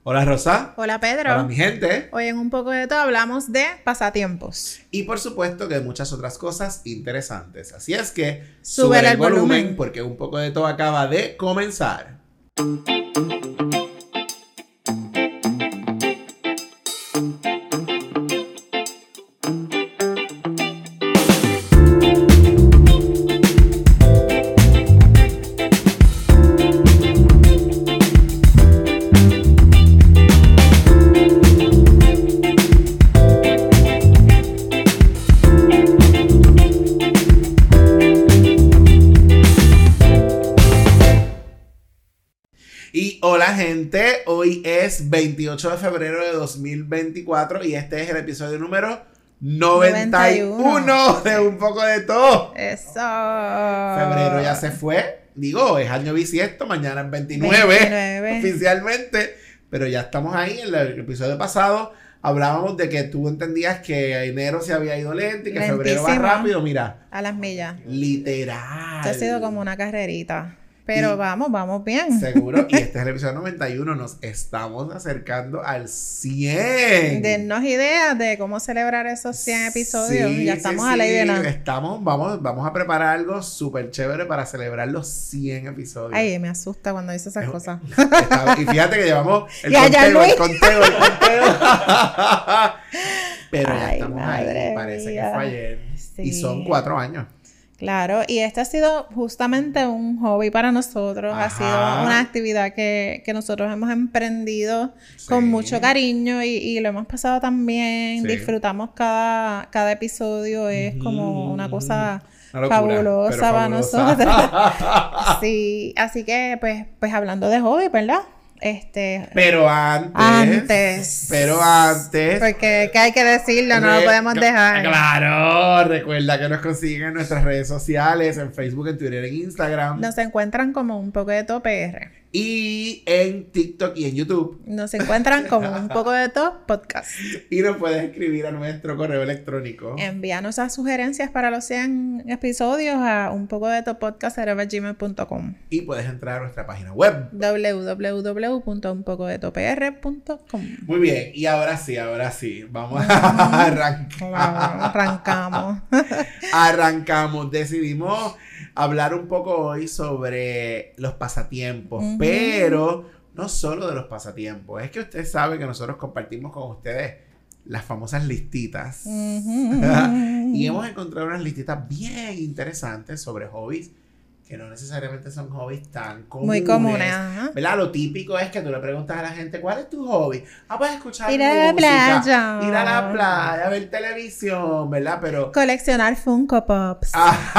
Hola Rosa. Hola Pedro. Hola mi gente. Hoy en Un Poco de Todo hablamos de pasatiempos. Y por supuesto que de muchas otras cosas interesantes. Así es que Súbele el volumen porque Un Poco de Todo acaba de comenzar. Hola gente, hoy es 28 de febrero de 2024 y este es el episodio número 91 de Un Poco de Todo. Eso. Febrero ya se fue, digo, es año bisiesto, mañana es 29 oficialmente, pero ya estamos ahí. En el episodio pasado hablábamos de que tú entendías que enero se había ido lento y que febrero va rápido, mira. A las millas. Literal. Esto ha sido como una carrerita. Pero vamos bien. Seguro. Y este es el episodio 91. Nos estamos acercando al 100. Dennos ideas de cómo celebrar esos 100 episodios. Sí, ya estamos a la idea. Vamos a preparar algo súper chévere para celebrar los 100 episodios. Ay, me asusta cuando dice esas cosas. Y fíjate que llevamos el conteo. Pero ya estamos ahí. Parece que fue ayer. Sí. Y son 4 años. Claro, y este ha sido justamente un hobby para nosotros. Ajá. Ha sido una actividad que nosotros hemos emprendido con mucho cariño y lo hemos pasado tan bien. Sí. Disfrutamos cada episodio, es como una cosa fabulosa para nosotros. Sí, así que pues hablando de hobby, ¿verdad? Pero antes. Porque ¿qué hay que decirlo? No lo podemos dejar. Claro, recuerda que nos consiguen en nuestras redes sociales, en Facebook, en Twitter, en Instagram. Nos encuentran como Un Poco de Todo PR. Y en TikTok y en YouTube. Nos encuentran como Un Poco de Todo Podcast. Y nos puedes escribir a nuestro correo electrónico. Envíanos las sugerencias para los 100 episodios a unpocodetopodcast@gmail.com. Y puedes entrar a nuestra página web www.unpocodetopr.com. Muy bien, y ahora sí, vamos a arrancamos. Arrancamos, decidimos hablar un poco hoy sobre los pasatiempos, pero no solo de los pasatiempos, es que usted sabe que nosotros compartimos con ustedes las famosas listitas y hemos encontrado unas listitas bien interesantes sobre hobbies que no necesariamente son hobbies tan comunes. Muy comunes, ajá. ¿Verdad? Lo típico es que tú le preguntas a la gente, ¿cuál es tu hobby? Pues escuchar ir a música, la playa. ir a la playa, ver televisión, ¿verdad? Pero coleccionar Funko Pops.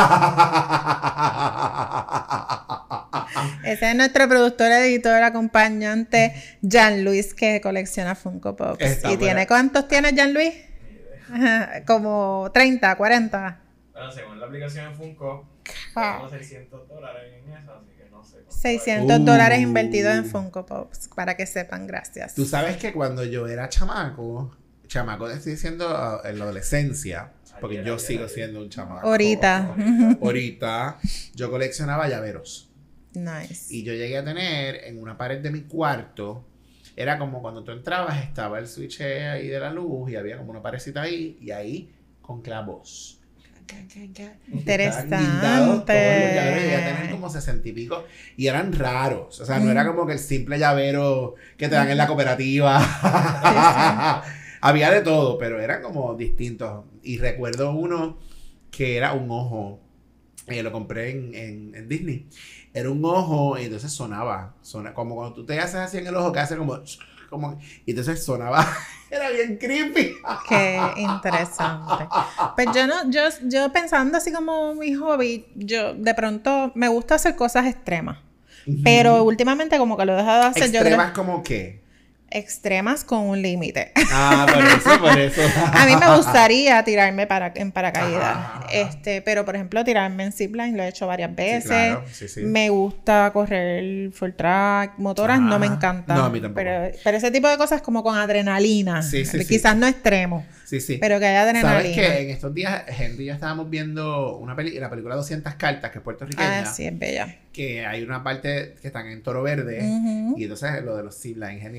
Ese es nuestro productor, editor, acompañante, Jean-Luis, que colecciona Funko Pops. ¿Y tiene cuántos tiene Jean-Luis? Como 30, 40. Bueno, según la aplicación de Funko, tenemos $600 en eso, así que no sé. $600 invertidos en Funko Pops, para que sepan, gracias. Tú sabes que cuando yo era chamaco estoy diciendo en la adolescencia, porque yo sigo siendo un chamaco. Ahorita, yo coleccionaba llaveros. Nice. Y yo llegué a tener en una pared de mi cuarto, era como cuando tú entrabas, estaba el switch ahí de la luz y había como una parecita ahí, y ahí con clavos. Interesante. Llegué a tener como 60 y pico y eran raros, o sea, no era como que el simple llavero que te dan en la cooperativa. Había de todo, pero eran como distintos. Y recuerdo uno que era un ojo, lo compré en Disney. Era un ojo y entonces sonaba como cuando tú te haces así en el ojo, que hace como y entonces sonaba. Era bien creepy. Qué interesante. Pues yo pensando así como mi hobby, yo de pronto me gusta hacer cosas extremas. Pero últimamente como que lo he dejado de hacer. ¿Extremas como qué? Extremas con un límite. Por eso. A mí me gustaría tirarme en paracaídas. Pero por ejemplo, tirarme en zipline lo he hecho varias veces. Sí, claro. Sí. Me gusta correr full track, motoras no me encanta. No, a mí tampoco. Pero ese tipo de cosas como con adrenalina. Sí. Quizás no extremo. Sí. Pero que haya adrenalina. ¿Sabes qué? En estos días, Henry y yo estábamos viendo la película 200 cartas, que es puertorriqueña. Sí, es bella. Que hay una parte que están en Toro Verde. Y entonces lo de los zipline, Henry me dice,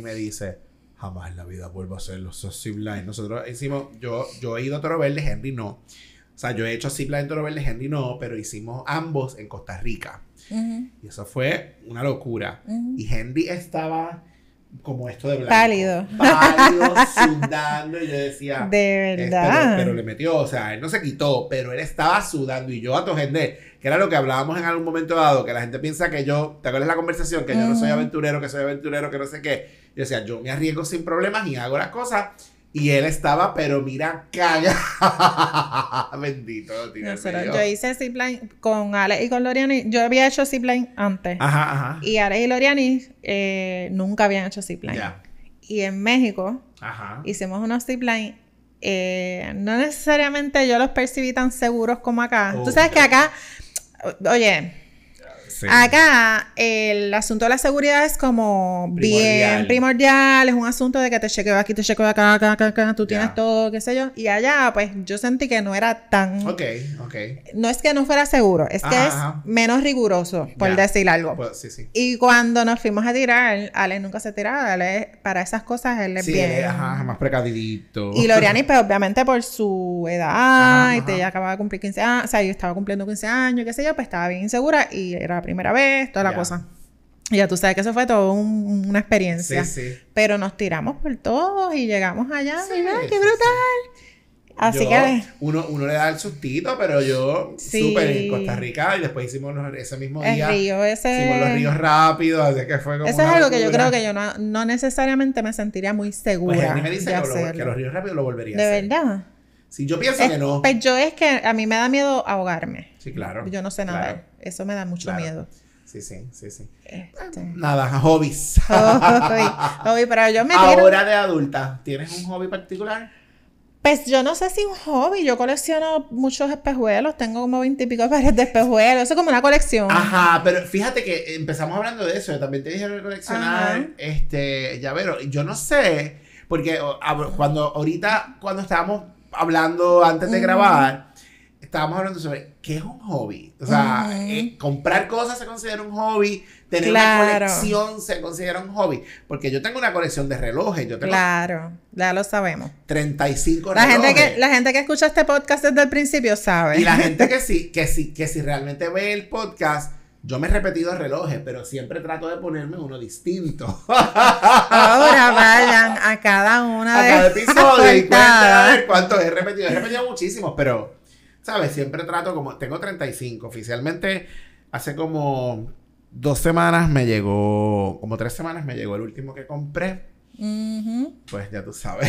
dice, jamás en la vida vuelvo a hacer los zipline. Nosotros hicimos, yo he ido a Toro Verde, Henry no. O sea, yo he hecho zipline en Toro Verde, Henry no, pero hicimos ambos en Costa Rica. Y eso fue una locura. Y Henry estaba como esto de blanco. Pálido, sudando. Y yo decía, de verdad. Pero le metió, o sea, él no se quitó, pero él estaba sudando. Y yo a Tojender, que era lo que hablábamos en algún momento dado, que la gente piensa que yo, ¿te acuerdas la conversación? Que yo no soy aventurero, que soy aventurero, que no sé qué. Yo decía, yo me arriesgo sin problemas y hago las cosas. Y él estaba, pero mira, caga. Bendito, tío. Yo hice zipline con Alex y con Loriani. Yo había hecho zipline antes. Ajá. Y Alex y Loriani nunca habían hecho zipline. Ya. Y en México hicimos unos zipline. No necesariamente yo los percibí tan seguros como acá. Tú sabes que acá, oye, acá el asunto de la seguridad es como bien primordial. Es un asunto de que te chequeo aquí, te chequeo acá, tú tienes todo, qué sé yo. Y allá, pues, yo sentí que no era tan... Ok. No es que no fuera seguro, es que es menos riguroso, por decir algo. Pues, sí. Y cuando nos fuimos a tirar, Alex nunca se tiraba. Alex, para esas cosas, él es bien... más precavidito. Y Loriani, pues, obviamente, por su edad, y ella acababa de cumplir 15 años, o sea, yo estaba cumpliendo 15 años, qué sé yo, pues, estaba bien insegura y era primera vez, toda la cosa. Y ya tú sabes que eso fue todo una experiencia. Sí. Pero nos tiramos por todos y llegamos allá. Y ¡ay, qué brutal! Así que... Uno le da el sustito, pero yo súper en Costa Rica y después hicimos ese mismo día. Hicimos los ríos rápidos, así que fue como eso es algo que yo creo que yo no necesariamente me sentiría muy segura. Pues a mí me dice que los ríos rápidos lo volvería a hacer. ¿De verdad? Sí, yo pienso que no. Pues yo es que a mí me da miedo ahogarme. Sí, claro. Yo no sé nadar. Eso me da mucho miedo. Sí. Nada, hobbies. Hobby, pero yo me tiro. Ahora de adulta, ¿tienes un hobby particular? Pues yo no sé si un hobby. Yo colecciono muchos espejuelos. Tengo como 20 y pico pares de espejuelos. Eso es como una colección. Ajá, pero fíjate que empezamos hablando de eso. Yo también te dije de coleccionar llaveros. Yo no sé, porque cuando estábamos hablando antes de grabar, estábamos hablando sobre qué es un hobby. O sea, comprar cosas se considera un hobby, tener una colección se considera un hobby. Porque yo tengo una colección de relojes. Claro, ya lo sabemos. 35 relojes. La gente que escucha este podcast desde el principio sabe. Y la gente que si realmente ve el podcast, yo me he repetido relojes, pero siempre trato de ponerme uno distinto. Ahora vayan a cada una de cada episodio y cuenta a ver cuántos he repetido. He repetido muchísimos, pero, ¿sabes? Siempre trato tengo 35. Oficialmente, hace como 2 semanas me llegó, como 3 semanas me llegó el último que compré. Pues ya tú sabes.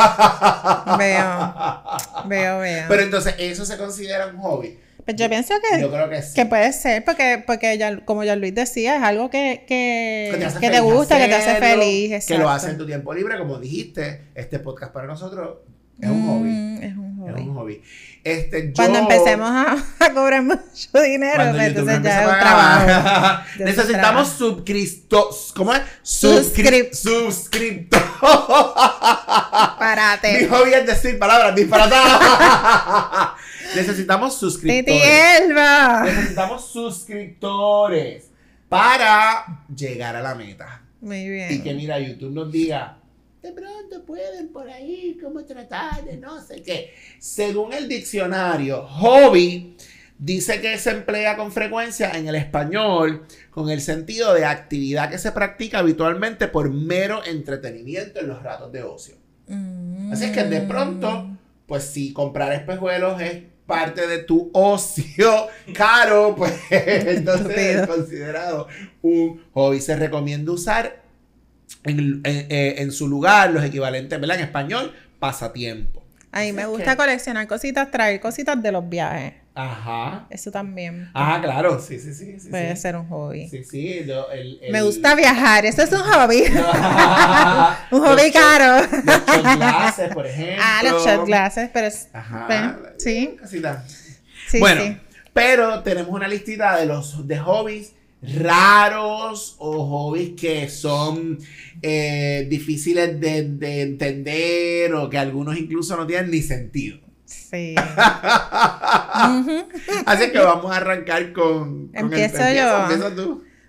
Veo. Pero entonces, ¿eso se considera un hobby? Pues yo pienso que, yo creo que, sí. Que puede ser, porque ya, como ya Luis decía, es algo que te gusta, que te hace feliz. Exacto. Que lo hace en tu tiempo libre, como dijiste. Este podcast para nosotros es un hobby. Es un hobby. Cuando empecemos a cobrar mucho dinero, pues entonces ya es un trabajo. Necesitamos suscriptores. ¿Cómo es? Suscriptores. Párate. Mi hobby es decir palabras disparatadas. Necesitamos suscriptores. Necesitamos suscriptores para llegar a la meta. Muy bien. Y que mira, YouTube nos diga, de pronto pueden por ahí, cómo tratar de no sé qué. Según el diccionario, hobby dice que se emplea con frecuencia en el español con el sentido de actividad que se practica habitualmente por mero entretenimiento en los ratos de ocio. Así es que de pronto, pues si comprar espejuelos es parte de tu ocio caro, pues entonces es considerado un hobby. Se recomienda usar en su lugar los equivalentes, ¿verdad? En español, pasatiempo. A mí me gusta coleccionar cositas, traer cositas de los viajes. Ajá. Eso también. Ah, claro, sí. Puede ser un hobby. Sí. Me gusta viajar, eso es un hobby. Un hobby caro. Los shot glasses, por ejemplo. Los shot glasses, pero sí. Sí. Bueno, pero tenemos una listita de hobbies raros o hobbies que son difíciles de entender o que algunos incluso no tienen ni sentido. Sí. Así que vamos a arrancar con Empiezo yo. Empieza tú.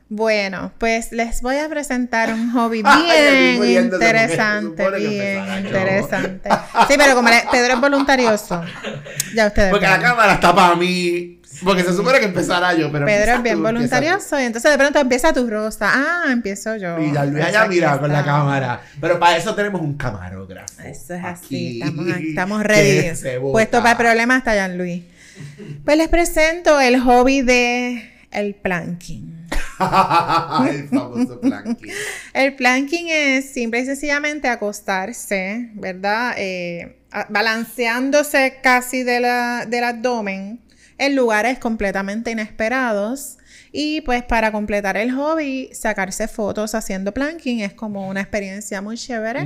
Bueno, pues les voy a presentar un hobby bien interesante, bien interesante. Sí, pero como Pedro es voluntarioso, ya ustedes porque ven. la cámara está para mí, porque se supone que empezara yo, pero Pedro es bien voluntarioso y entonces de pronto empieza tu rosa. Ah, empiezo yo. Y ya Luis allá mira con la cámara, pero para eso tenemos un camarógrafo. Eso es así, estamos ready. Puesto para el problema hasta Jan Luis. Pues les presento el hobby de el planking. El famoso planking. El planking es simple y sencillamente acostarse, ¿verdad? Balanceándose casi del abdomen en lugares completamente inesperados. Y pues para completar el hobby, sacarse fotos haciendo planking es como una experiencia muy chévere.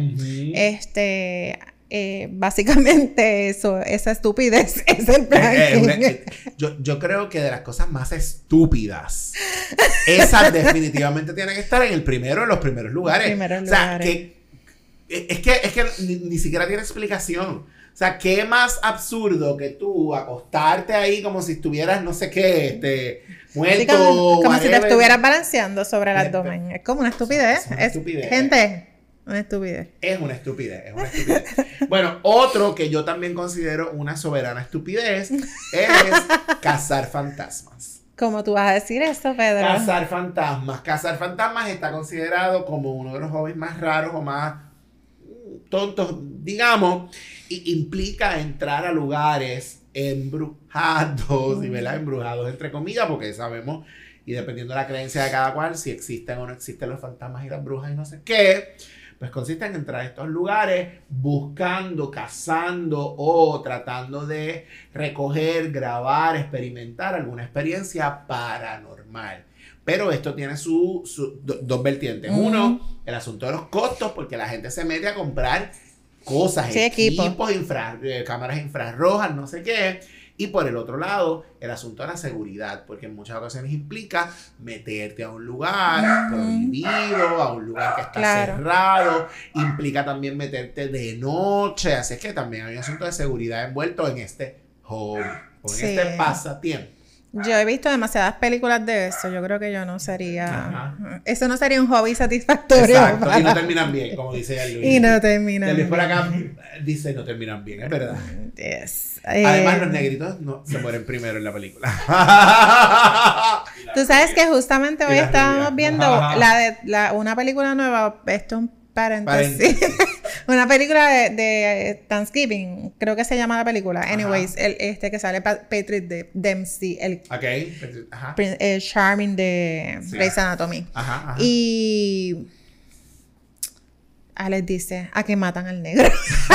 Uh-huh. Básicamente esa estupidez es el planking. Yo creo que de las cosas más estúpidas, esas definitivamente tienen que estar en los primeros lugares. O sea, que es que ni siquiera tiene explicación. O sea, qué más absurdo que tú acostarte ahí como si estuvieras no sé qué, muerto. Sí, como si te estuvieras balanceando sobre el abdomen. Es como una estupidez. Es una estupidez. Gente. Una estupidez. Es una estupidez. Bueno, otro que yo también considero una soberana estupidez es cazar fantasmas. ¿Cómo tú vas a decir eso, Pedro? Cazar fantasmas. Cazar fantasmas está considerado como uno de los hobbies más raros o más tontos, digamos, y implica entrar a lugares embrujados, y ¿verdad? Embrujados entre comillas, porque sabemos, y dependiendo de la creencia de cada cual, si existen o no existen los fantasmas y las brujas y no sé qué, pues consiste en entrar a estos lugares buscando, cazando o tratando de recoger, grabar, experimentar alguna experiencia paranormal. Pero esto tiene dos vertientes. Uno, el asunto de los costos, porque la gente se mete a comprar cosas, equipos, cámaras infrarrojas, no sé qué. Y por el otro lado, el asunto de la seguridad, porque en muchas ocasiones implica meterte a un lugar prohibido, a un lugar que está cerrado, implica también meterte de noche, así es que también hay un asunto de seguridad envuelto en este hobby, o en este pasatiempo. Yo he visto demasiadas películas de eso. Yo creo que yo no sería... Ajá. Eso no sería un hobby satisfactorio. Exacto. Y no terminan bien, como dice ya Luis. Y no terminan bien. Luis por acá dice no terminan bien, es verdad. Yes. Además, los negritos no se mueren primero en la película. Tú sabes que justamente hoy estábamos viendo una película nueva. Esto es un paréntesis. Una película de Thanksgiving, creo que se llama la película. Anyways, que sale Patrick Dempsey, el Charming de Grey's Anatomy. Y Alex dice, ¿a qué matan al negro?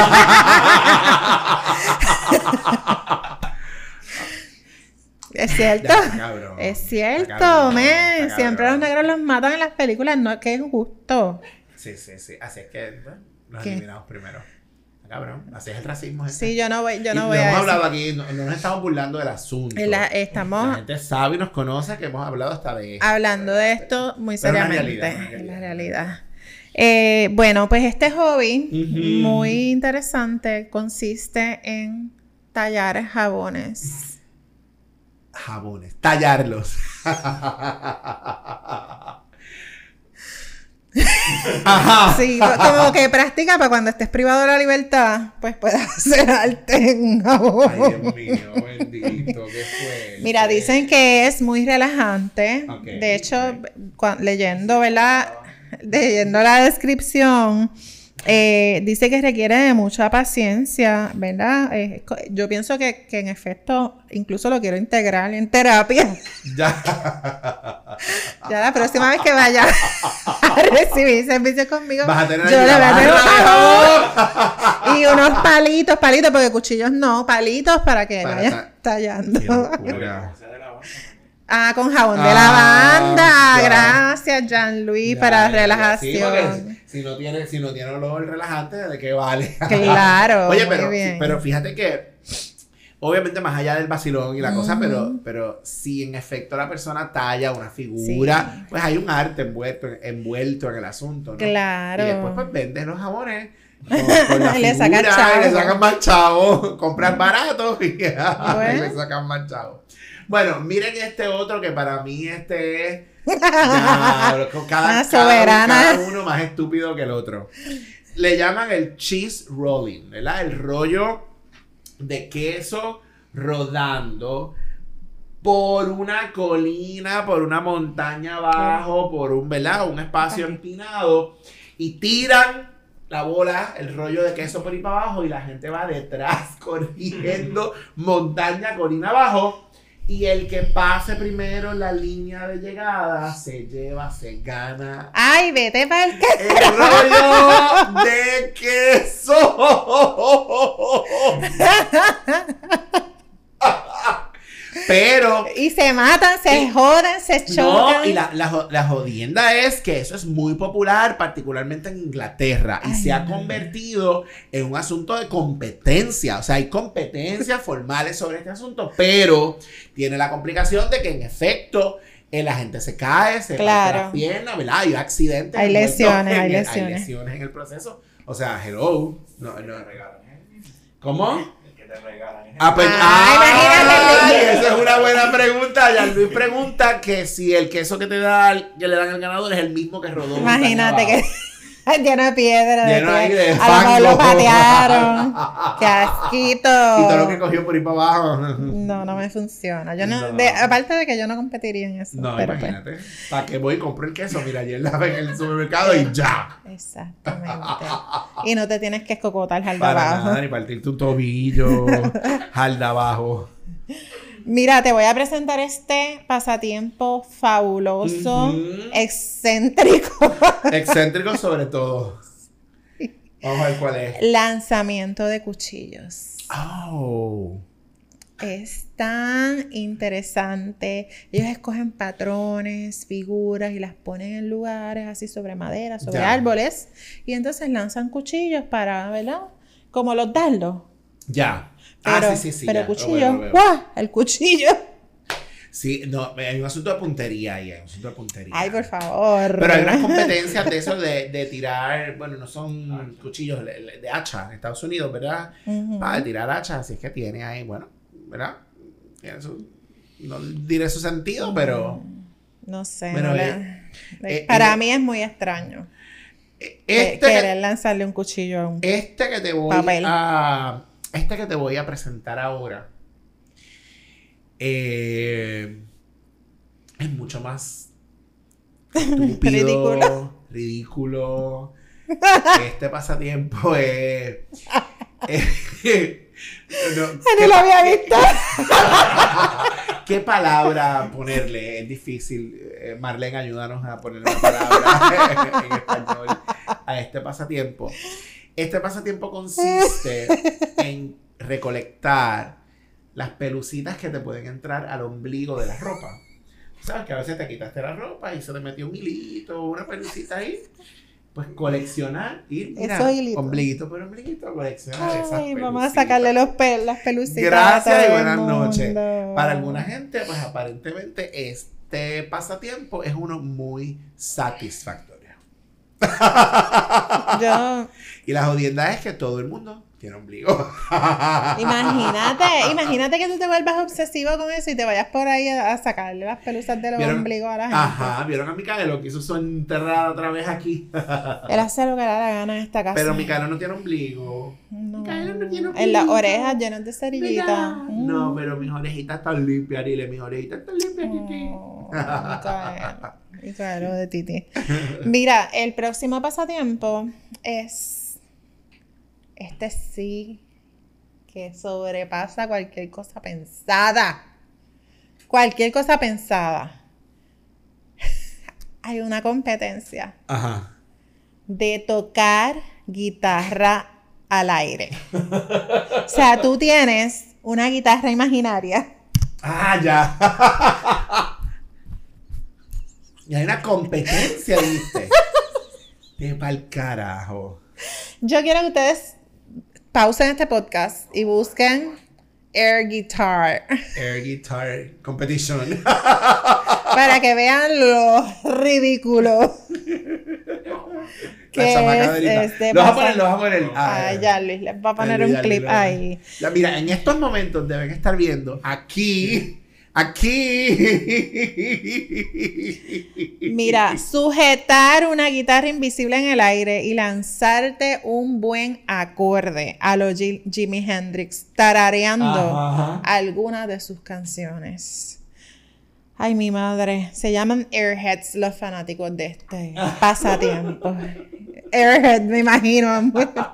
Es cierto. Es cierto, men. Siempre los negros los matan en las películas, no es que es justo. Sí. Así es que nos eliminamos primero. Cabrón. Así es el racismo. Sí, yo no voy a hemos hablado aquí, no nos estamos burlando del asunto. La gente sabe y nos conoce que hemos hablado hasta de esto. Hablando de esto muy seriamente. Es la realidad. Bueno, pues este hobby muy interesante consiste en tallar jabones. Tallarlos. Sí, como que practica para cuando estés privado de la libertad, pues puedas hacer arte en un jabón. Ay, Dios mío, bendito, qué fue. Mira, dicen que es muy relajante. De hecho, leyendo la descripción, dice que requiere de mucha paciencia, ¿verdad? Yo pienso que en efecto, incluso lo quiero integrar en terapia. Ya la próxima vez que vaya a recibir servicio conmigo, vas a tener yo le voy a tener y unos palitos, porque cuchillos no, palitos para que vaya tallando. Con jabón de lavanda. Gracias, Jean-Louis, para relajación. Sí, si no tiene olor relajante, ¿de qué vale? Claro. Oye, pero fíjate que obviamente más allá del vacilón y la cosa, pero si en efecto la persona talla una figura, pues hay un arte envuelto en el asunto, ¿no? Claro. Y después pues vendes los jabones con la figura, le sacan más chavos, compran baratos y le sacan más chavos. Bueno, miren este otro que para mí este es ya, cada uno más estúpido que el otro. Le llaman el cheese rolling, ¿verdad? El rollo de queso rodando por una colina, por una montaña abajo, por un, ¿verdad? Un espacio empinado, y tiran la bola, el rollo de queso por ahí para abajo, y la gente va detrás corriendo montaña, colina abajo, y el que pase primero la línea de llegada se gana. ¡Ay, vete para el ¡el rollo de queso! Pero... y se matan, se joden, se chocan. No, y la jodienda es que eso es muy popular, particularmente en Inglaterra. Y se ha convertido en un asunto de competencia. O sea, hay competencias formales sobre este asunto, pero tiene la complicación de que, en efecto, la gente se cae, se parte las piernas, ¿verdad? Hay accidentes. Hay lesiones, hay lesiones en el proceso. O sea, hello. No. ¿Cómo? Imagínate. Esa es una buena pregunta. Ya Luis pregunta que si el queso que le dan al ganador es el mismo que rodó. Imagínate que lleno de piedra, lleno de a lo mejor lo patearon. ¡Qué asquito! Y todo lo que cogió por ahí para abajo. No me funciona. Yo no. Aparte de que yo no competiría en eso. No, pero imagínate. Pues, ¿para qué voy y compro el queso? Mira, ayer la ven en el supermercado y ya. Exactamente. Y no te tienes que escocotar jalda para abajo. nada, ni partirte un tobillo, jalda abajo. Mira, te voy a presentar este pasatiempo fabuloso, excéntrico. Excéntrico sobre todo. Vamos a ver cuál es. Lanzamiento de cuchillos. Oh. Es tan interesante. Ellos escogen patrones, figuras y las ponen en lugares así sobre madera, sobre árboles. Y entonces lanzan cuchillos para, ¿verdad? Como los dardos. Ya. Pero, sí. Pero ya, el cuchillo, lo veo. ¡guau! El cuchillo. Sí, no, hay un asunto de puntería ahí, Ay, por favor. Pero hay unas competencias de eso de tirar, bueno, no son cuchillos de hacha en Estados Unidos, ¿verdad? Para tirar hachas, así es que tiene ahí, bueno, ¿verdad? Tiene su, no diré su sentido, pero... No sé. Bueno, para mí es muy extraño. Querer lanzarle un cuchillo a un papel. Este que te voy a presentar ahora es mucho más estúpido, ridículo. Este pasatiempo es... no lo había visto. ¿Qué palabra ponerle? Es difícil. Marlene, ayúdanos a ponerle una palabra en español a este pasatiempo. Este pasatiempo consiste en recolectar las pelucitas que te pueden entrar al ombligo de la ropa. ¿Sabes? Que a veces te quitaste la ropa y se te metió un hilito, una pelucita ahí. Pues coleccionar, mira, ombliguito por ombliguito, coleccionar esas pelucitas. Vamos a sacarle las pelucitas. Gracias y buenas noches. Para alguna gente, pues aparentemente este pasatiempo es uno muy satisfactorio. Y la jodienda es que todo el mundo tiene ombligo. Imagínate que tú te vuelvas obsesivo con eso y te vayas por ahí a sacarle las pelusas de los ombligos a la gente. Ajá, vieron a Micaelo que hizo su enterrada otra vez aquí. Él hace lo que le da la gana en esta casa. Pero Micaelo no tiene ombligo. No. Micaelo no tiene ombligo. En las orejas llenas de cerillitas. No, pero mis orejitas están limpias, dile, mis orejitas están limpias, Titi. Micaelo de Titi. Mira, el próximo pasatiempo es... Este sí que sobrepasa cualquier cosa pensada. Cualquier cosa pensada. Hay una competencia de tocar guitarra al aire. O sea, tú tienes una guitarra imaginaria. Ah, ya. Y hay una competencia, ¿viste? De pa'l carajo. Yo quiero que ustedes pausen este podcast y busquen Air Guitar. Air Guitar Competition. Para que vean lo ridículo. La chamaca Los vas a poner. Ya, Luis, les va a poner un clip ahí. Ya, mira, en estos momentos deben estar viendo aquí Aquí. Mira, sujetar una guitarra invisible en el aire y lanzarte un buen acorde a lo Jimi Hendrix, tarareando algunas de sus canciones. Ay, mi madre. Se llaman Airheads los fanáticos de este pasatiempo. Airhead, me imagino.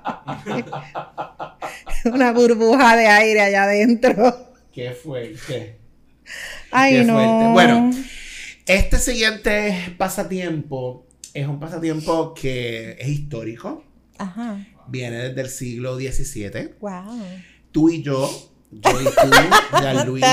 Una burbuja de aire allá adentro. Qué fuerte. Ay, Qué no. fuerte. Bueno, este siguiente pasatiempo es un pasatiempo que es histórico. Ajá. Viene desde el siglo XVII. Wow. Tú y yo y tú, Jean-Louis,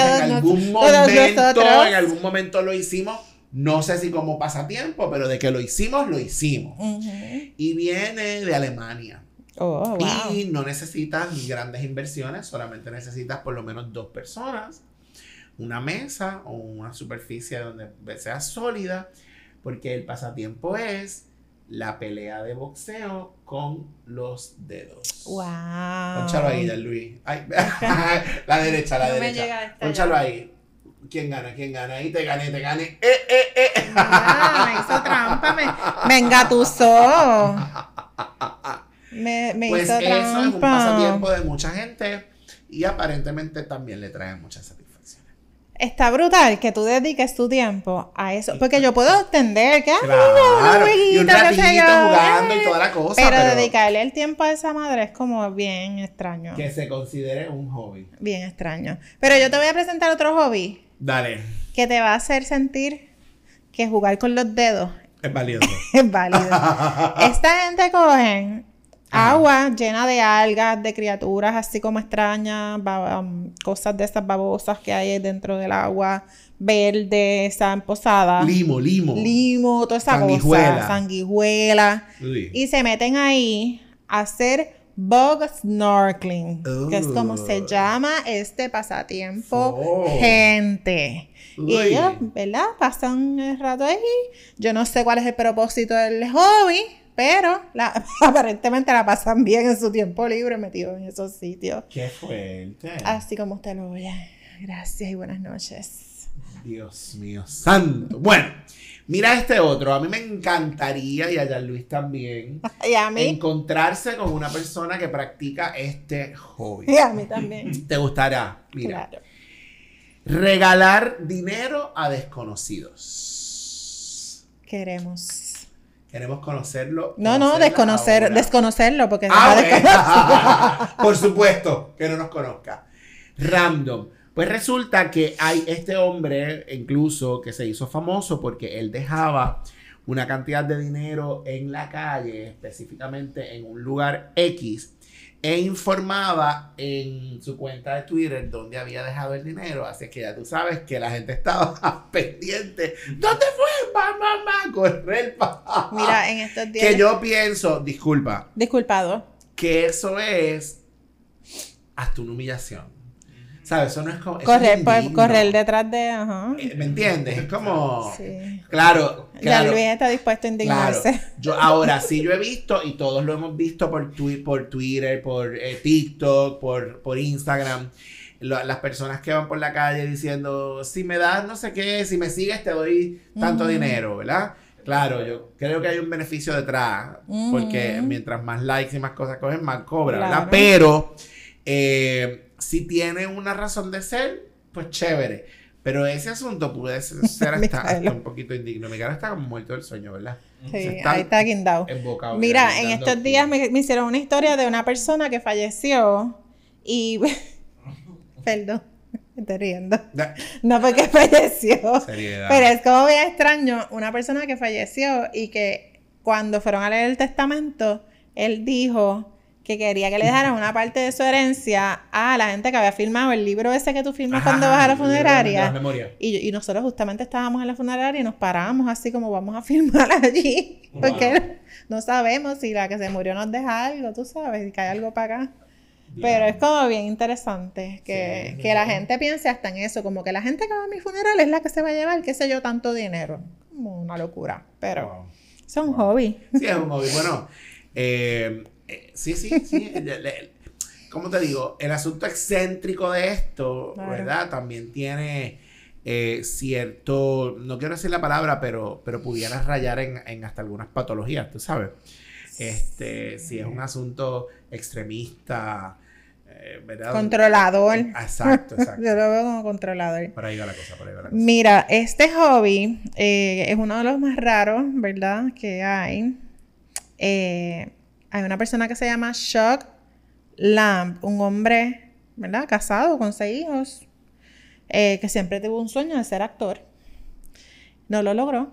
en algún momento lo hicimos. No sé si como pasatiempo, pero de que lo hicimos, lo hicimos. Y viene de Alemania. Oh, wow. Y no necesitas grandes inversiones, solamente necesitas por lo menos 2 personas, una mesa o una superficie donde sea sólida, porque el pasatiempo es la pelea de boxeo con los dedos. Wow. Pónchalo ahí, Jean-Louis. Ay, la derecha, la No me derecha. llega esta Pónchalo ya. ahí. ¿Quién gana? ¿Quién gana? Ahí te gané. Mira, me hizo trampa, me engatusó. Me Pues hizo eso es un trampa. pasatiempo de mucha gente y aparentemente también le trae mucha satisfacción. Está brutal que tú dediques tu tiempo a eso. Porque yo puedo entender que Claro, y un qué sé ratito yo, jugando y toda la cosa, pero pero dedicarle el tiempo a esa madre es como bien extraño. que se considere un hobby. Bien extraño. Pero yo te voy a presentar otro hobby Dale, que te va a hacer sentir que jugar con los dedos es valioso. es válido. Esta gente cogen Ajá. agua llena de algas, de criaturas así como extrañas, cosas de esas babosas que hay dentro del agua, verde, esa posada, Limo. limo, toda esa Sanguijuela. cosa, sanguijuela, Uy. y se meten ahí a hacer bug snorkeling, que es como se llama este pasatiempo, Oh. gente. Uy. Y ellos, ¿verdad? Pasan el rato ahí. Yo no sé cuál es el propósito del hobby, pero aparentemente la pasan bien en su tiempo libre metidos en esos sitios. Qué fuerte. Así como usted lo oye. Gracias y buenas noches. Dios mío santo. Bueno, mira este otro. A mí me encantaría, y a Jean-Louis también, Y a mí, encontrarse con una persona que practica este hobby. y a mí también. ¿Te gustará? Mira. Claro. Regalar dinero a desconocidos. Queremos. Queremos conocerlo. No, conocerla ahora. desconocerlo, porque Por supuesto que no nos conozca. Random. Pues resulta que hay este hombre, incluso, que se hizo famoso porque él dejaba una cantidad de dinero en la calle, específicamente en un lugar X, e informaba en su cuenta de Twitter dónde había dejado el dinero. Así que ya tú sabes que la gente estaba pendiente. ¿Dónde fue? Mamá, correr para. Mira, en estos días. Que yo pienso, disculpa, Disculpado. que eso es hasta una humillación. ¿Sabes? Eso no es como. Eso es Correr, indigno. correr detrás de. Ajá. ¿Me entiendes? Es como. Sí. Claro. Ya Luis está dispuesto a indignarse. Claro. Ahora sí yo he visto, y todos lo hemos visto por Twitter, por TikTok, por Instagram, las personas que van por la calle diciendo, si me das no sé qué, si me sigues te doy tanto dinero, ¿verdad? Claro, yo creo que hay un beneficio detrás, porque mientras más likes y más cosas cogen, más cobra, ¿verdad? Claro. Pero si tiene una razón de ser, pues chévere. Pero ese asunto puede ser hasta un poquito indigno. Mi cara está como muerto del sueño, ¿verdad? Sí, Se está ahí está guindado. embocado, Mira, en dando estos días me hicieron una historia de una persona que falleció y... Perdón, me estoy riendo. No porque falleció. Seriedad. Pero es como bien extraño, una persona que falleció y que cuando fueron a leer el testamento, él dijo que quería que le dejaran una parte de su herencia a la gente que había firmado el libro ese que tú firmas cuando vas a la funeraria. Y nosotros justamente estábamos en la funeraria y nos paramos así como vamos a firmar allí. Wow. Porque no sabemos si la que se murió nos deja algo, tú sabes, y que hay algo para acá. Pero es como bien interesante que, Sí, que la gente piense hasta en eso, como que la gente que va a mi funeral es la que se va a llevar, qué sé yo, tanto dinero. Como una locura, pero Wow. eso es un hobby. Sí, es un hobby. Bueno, sí. ¿Cómo te digo? El asunto excéntrico de esto, Claro. ¿verdad? También tiene cierto, no quiero decir la palabra, pero pudiera rayar en hasta algunas patologías, tú sabes. Si es un asunto extremista, ¿verdad? Controlador. Exacto. Yo lo veo como controlador. Por ahí va la cosa. Mira, este hobby es uno de los más raros, ¿verdad? Que hay. Hay una persona que se llama Chuck Lamb, un hombre, ¿verdad? Casado con 6 hijos, que siempre tuvo un sueño de ser actor. No lo logró.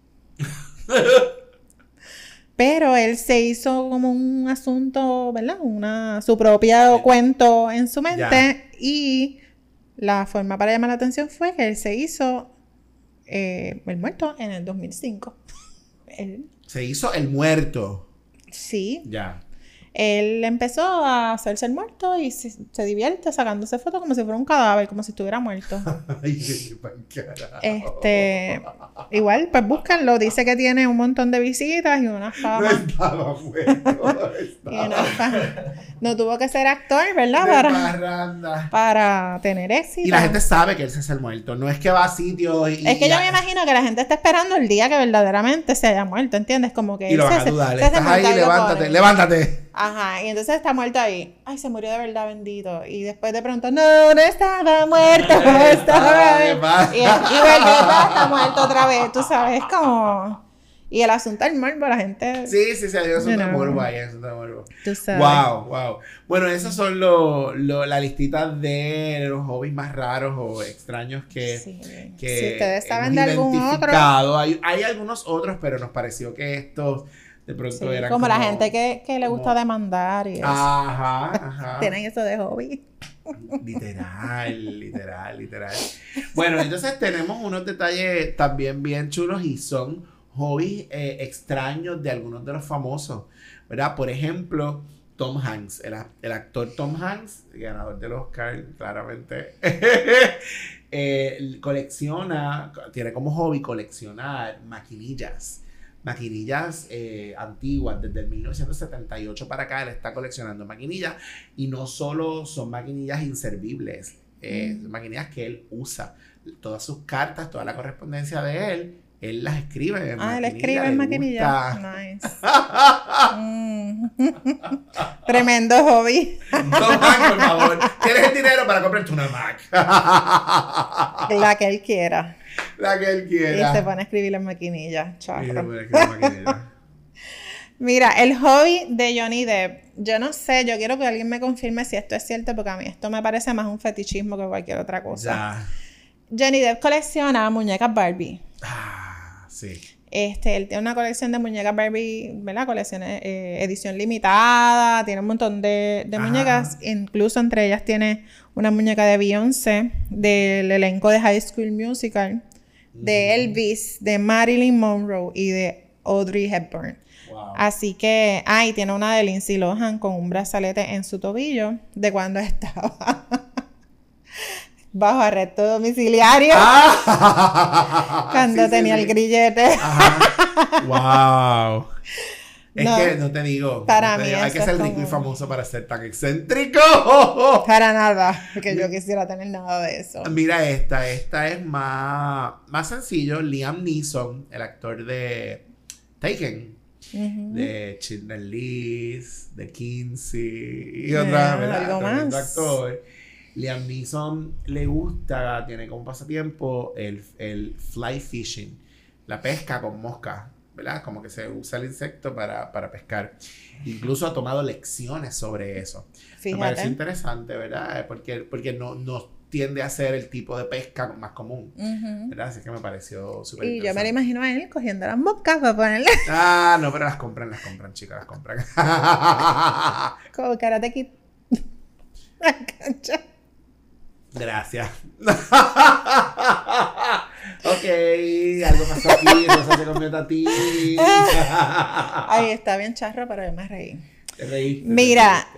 Pero él se hizo como un asunto, ¿verdad? Su propio cuento en su mente. Y la forma para llamar la atención fue que él se hizo el muerto en el 2005. Se hizo el muerto. Sí. Ya. Él empezó a hacerse el muerto y se divierte sacándose fotos como si fuera un cadáver, como si estuviera muerto. Ay, qué carajo. Igual, pues búscanlo. Dice que tiene un montón de visitas y una fama. No estaba muerto. No tuvo que ser actor, ¿verdad? Para tener éxito. Y la gente sabe que él se hace el muerto. No es que va a sitios y... Es que yo me imagino que la gente está esperando el día que verdaderamente se haya muerto, ¿entiendes? Como que... Y lo van a dudar. Estás ahí, levántate. Ajá, y entonces está muerto ahí. Ay, se murió de verdad, bendito. Y después de pronto, no estaba muerto, no estaba. Y verdad está muerto otra vez, tú sabes, como... Y el asunto del morbo, la gente... Sí, hay un asunto de morbo ahí, Tú sabes. Wow. Bueno, esos son la listita de los hobbies más raros o extraños que si ustedes saben de algún otro... Hay algunos otros, pero nos pareció que estos... De pronto eran como la gente que le gusta demandar y eso. Ajá. Tienen eso de hobby. Literal. Bueno, entonces tenemos unos detalles también bien chulos y son hobbies extraños de algunos de los famosos, ¿verdad? Por ejemplo, Tom Hanks, el actor Tom Hanks, ganador del Oscar, claramente, tiene como hobby coleccionar maquinillas antiguas. Desde el 1978 para acá él está coleccionando maquinillas, y no solo son maquinillas inservibles, son maquinillas que él usa. Todas sus cartas, toda la correspondencia de él las escribe en maquinilla. Él escribe en maquinilla. Nice. Tremendo hobby. Toma, por favor. ¿Tienes el dinero para comprarte una Mac? La que él quiera. Y se pone a escribir en maquinilla. Mira, el hobby de Johnny Depp. Yo no sé, yo quiero que alguien me confirme si esto es cierto, porque a mí esto me parece más un fetichismo que cualquier otra cosa. Johnny Depp colecciona muñecas Barbie. Sí. Él tiene una colección de muñecas Barbie, ¿verdad? Colecciones, edición limitada, tiene un montón de muñecas, incluso entre ellas tiene una muñeca de Beyoncé, del elenco de High School Musical, de Elvis, de Marilyn Monroe y de Audrey Hepburn. Wow. Así que, y tiene una de Lindsay Lohan con un brazalete en su tobillo de cuando estaba bajo arresto domiciliario. Cuando tenía el grillete. Wow. Es que no te digo. Hay que ser rico y famoso para ser tan excéntrico. Para nada. Porque yo quisiera tener nada de eso. Mira esta es más sencillo. Liam Neeson, el actor de Taken, de Schindler's List, de Kinsey y otra, ¿verdad? Algo más. Actor. Liam Neeson le gusta, tiene como pasatiempo el fly fishing, la pesca con mosca, ¿verdad? Como que se usa el insecto para pescar. Incluso ha tomado lecciones sobre eso. Fíjate. Me parece interesante, ¿verdad? Porque no tiende a ser el tipo de pesca más común, ¿verdad? Así que me pareció súper interesante. Y yo me lo imagino a él cogiendo las moscas para ponerle. No, pero las compran, chicas, las compran. Como Karate Kid. La cancha. Gracias. Ok, algo pasó aquí, Rosa se convierte a ti. Ay, está bien charro, pero yo me reí. Te reíste. Mira,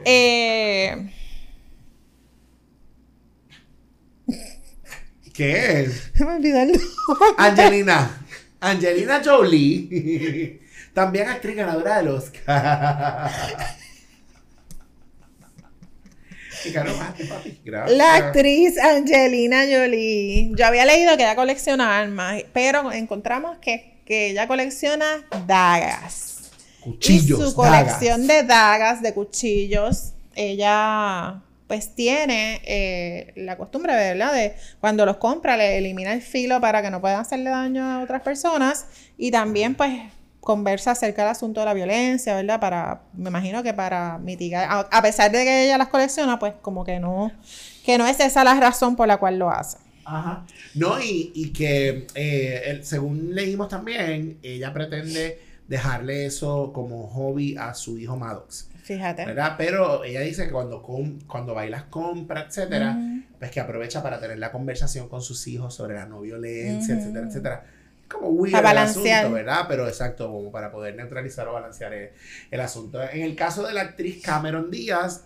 ¿qué es? me olvidó el nombre. Angelina Jolie. También actriz ganadora del Oscar. Y claro, papi. Gracias. La actriz Angelina Jolie. Yo había leído que ella colecciona armas, pero encontramos que ella colecciona dagas. Cuchillos, y su colección de dagas, de cuchillos, ella pues tiene la costumbre, ¿verdad? De cuando los compra, le elimina el filo para que no puedan hacerle daño a otras personas. Y también pues conversa acerca del asunto de la violencia, ¿verdad? Me imagino que para mitigar, a pesar de que ella las colecciona, pues como que no es esa la razón por la cual lo hace. Ajá. No, y que según leímos también, ella pretende dejarle eso como hobby a su hijo Maddox. Fíjate. ¿Verdad? Pero ella dice que cuando va y las compra, etcétera, pues que aprovecha para tener la conversación con sus hijos sobre la no violencia, etcétera, etcétera. Como weird el asunto, ¿verdad? Pero exacto, como para poder neutralizar o balancear el asunto. En el caso de la actriz Cameron Díaz,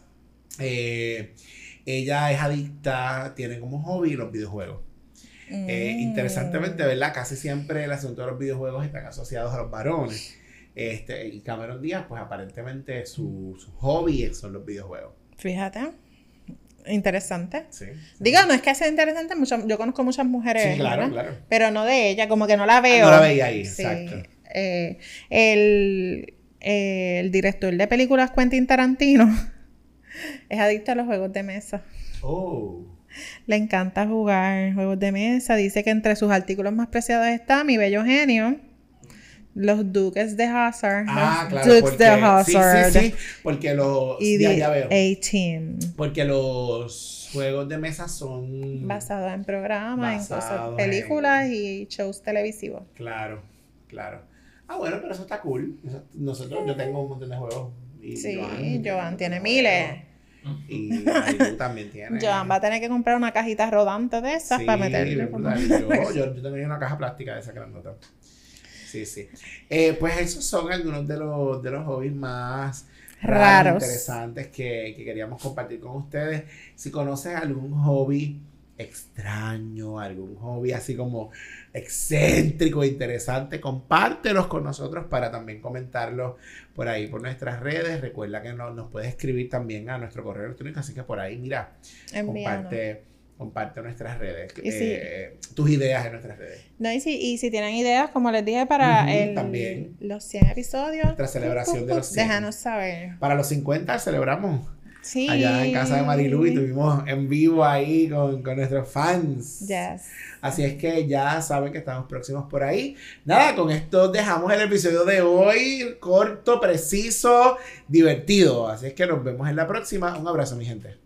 ella es adicta, tiene como hobby los videojuegos. Interesantemente, ¿verdad? Casi siempre el asunto de los videojuegos están asociados a los varones. Y Cameron Díaz, pues aparentemente su hobby son los videojuegos. Fíjate. Interesante. Sí. Digo, no es que sea interesante, yo conozco muchas mujeres, sí, claro, ¿verdad? claro. Pero no de ella, como que no la veo. No la veía ahí, sí. Exacto. El director de películas Quentin Tarantino es adicto a los juegos de mesa. Oh. Le encanta jugar juegos de mesa. Dice que entre sus artículos más preciados está Mi Bello Genio, los Duques de Hazzard. Claro, Dukes de Hazzard. Sí, porque ya veo. A-Team. Porque los juegos de mesa son basados en programas, en cosas, películas y shows televisivos. Claro. Bueno, pero eso está cool. Yo tengo un montón de juegos. Y sí, Joan tiene miles. Y tú también tienes. Joan va a tener que comprar una cajita rodante de esas para meterle. Yo tenía una caja plástica de esa grandota. Sí. Pues esos son algunos de los hobbies más raros, interesantes que queríamos compartir con ustedes. Si conoces algún hobby extraño, algún hobby así como excéntrico, interesante, compártelos con nosotros para también comentarlos por ahí, por nuestras redes. Recuerda que nos puedes escribir también a nuestro correo electrónico, así que por ahí, mira, comparte nuestras redes, tus ideas en nuestras redes. No, y si tienen ideas, como les dije, para los 100 episodios, nuestra celebración de los 100. Déjanos saber. Para los 50 celebramos. Sí. Allá en casa de Marilu y tuvimos en vivo ahí con nuestros fans. Yes. Así es que ya saben que estamos próximos por ahí. Nada, con esto dejamos el episodio de hoy. Corto, preciso, divertido. Así es que nos vemos en la próxima. Un abrazo, mi gente.